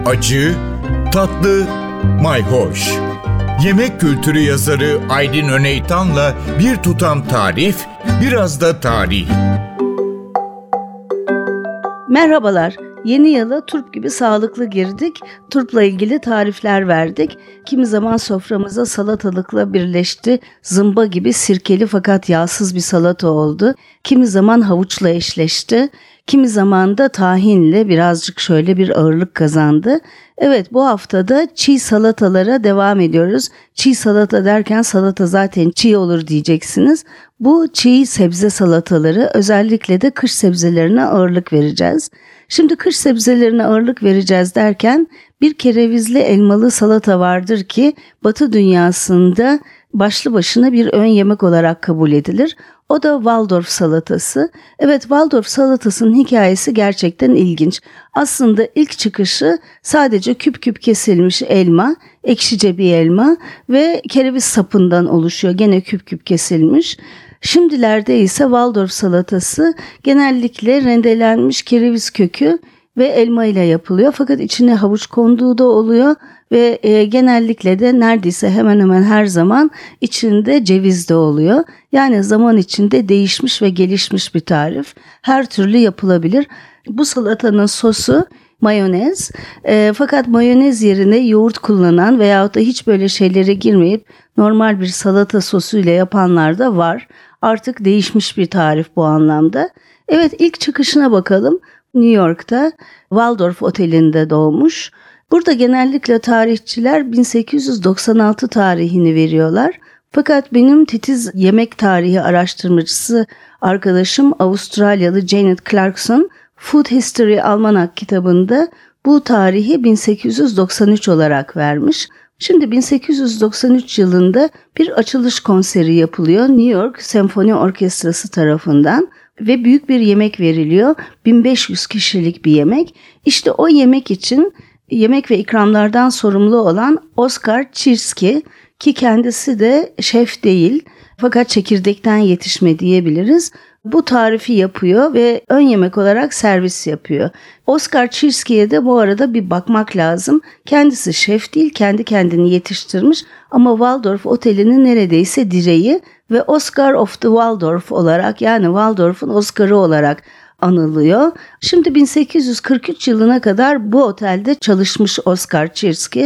acı, tatlı, mayhoş. Yemek kültürü yazarı Aydin Öneytan'la bir tutam tarif, biraz da tarih. Merhabalar. Yeni yıla turp gibi sağlıklı girdik. Turpla ilgili tarifler verdik. Kimi zaman soframıza salatalıkla birleşti. Zımba gibi sirkeli fakat yağsız bir salata oldu. Kimi zaman havuçla eşleşti. Kimi zaman da tahinle birazcık şöyle bir ağırlık kazandı. Evet, bu haftada çiğ salatalara devam ediyoruz. Çiğ salata derken salata zaten çiğ olur diyeceksiniz. Bu çiğ sebze salataları, özellikle de kış sebzelerine ağırlık vereceğiz. Şimdi kış sebzelerine ağırlık vereceğiz derken bir kerevizli elmalı salata vardır ki Batı dünyasında başlı başına bir ön yemek olarak kabul edilir. O da Waldorf salatası. Evet, Waldorf salatasının hikayesi gerçekten ilginç. Aslında ilk çıkışı sadece küp küp kesilmiş elma, ekşice bir elma ve kereviz sapından oluşuyor. Gene küp küp kesilmiş. Şimdilerde ise Waldorf salatası genellikle rendelenmiş kereviz kökü ve elma ile yapılıyor. Fakat içine havuç konduğu da oluyor ve genellikle de neredeyse hemen hemen her zaman içinde ceviz de oluyor. Yani zaman içinde değişmiş ve gelişmiş bir tarif. Her türlü yapılabilir. Bu salatanın sosu mayonez. Fakat mayonez yerine yoğurt kullanan veyahut da hiç böyle şeylere girmeyip normal bir salata sosuyla yapanlar da var. Artık değişmiş bir tarif bu anlamda. Evet, ilk çıkışına bakalım. New York'ta Waldorf Oteli'nde doğmuş. Burada genellikle tarihçiler 1896 tarihini veriyorlar. Fakat benim titiz yemek tarihi araştırmacısı arkadaşım Avustralyalı Janet Clarkson Food History Almanac kitabında bu tarihi 1893 olarak vermiş. Şimdi 1893 yılında bir açılış konseri yapılıyor New York Senfoni Orkestrası tarafından ve büyük bir yemek veriliyor. 1500 kişilik bir yemek. İşte o yemek için yemek ve ikramlardan sorumlu olan Oskar Czirski, ki kendisi de şef değil fakat çekirdekten yetişme diyebiliriz. Bu tarifi yapıyor ve ön yemek olarak servis yapıyor. Oskar Czirski'ye de bu arada bir bakmak lazım. Kendisi şef değil, kendi kendini yetiştirmiş ama Waldorf Oteli'nin neredeyse direği ve Oscar of the Waldorf olarak, yani Waldorf'un Oscar'ı olarak anılıyor. Şimdi 1843 yılına kadar bu otelde çalışmış Oskar Czirski.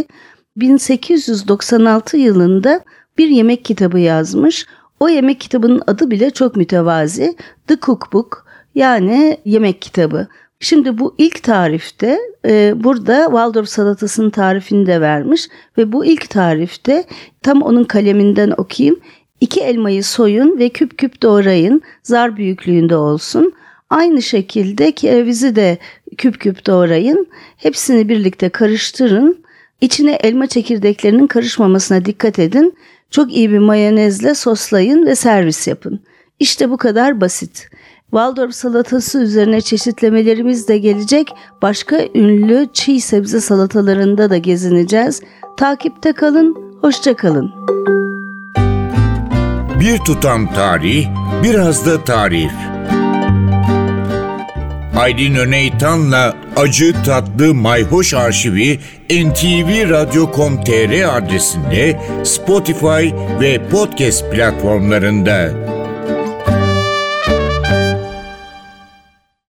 1896 yılında bir yemek kitabı yazmış. O yemek kitabının adı bile çok mütevazi. The Cookbook, yani yemek kitabı. Şimdi bu ilk tarifte burada Waldorf salatasının tarifini de vermiş ve bu ilk tarifte tam onun kaleminden okuyayım. 2 elmayı soyun ve küp küp doğrayın. Zar büyüklüğünde olsun. Aynı şekilde kerevizi de küp küp doğrayın. Hepsini birlikte karıştırın. İçine elma çekirdeklerinin karışmamasına dikkat edin. Çok iyi bir mayonezle soslayın ve servis yapın. İşte bu kadar basit. Waldorf salatası üzerine çeşitlemelerimiz de gelecek. Başka ünlü çiğ sebze salatalarında da gezineceğiz. Takipte kalın, hoşça kalın. Bir tutam tarih, biraz da tarif. Aydin Öneytan'la acı tatlı mayhoş arşivi ntvradio.com.tr adresinde, Spotify ve podcast platformlarında.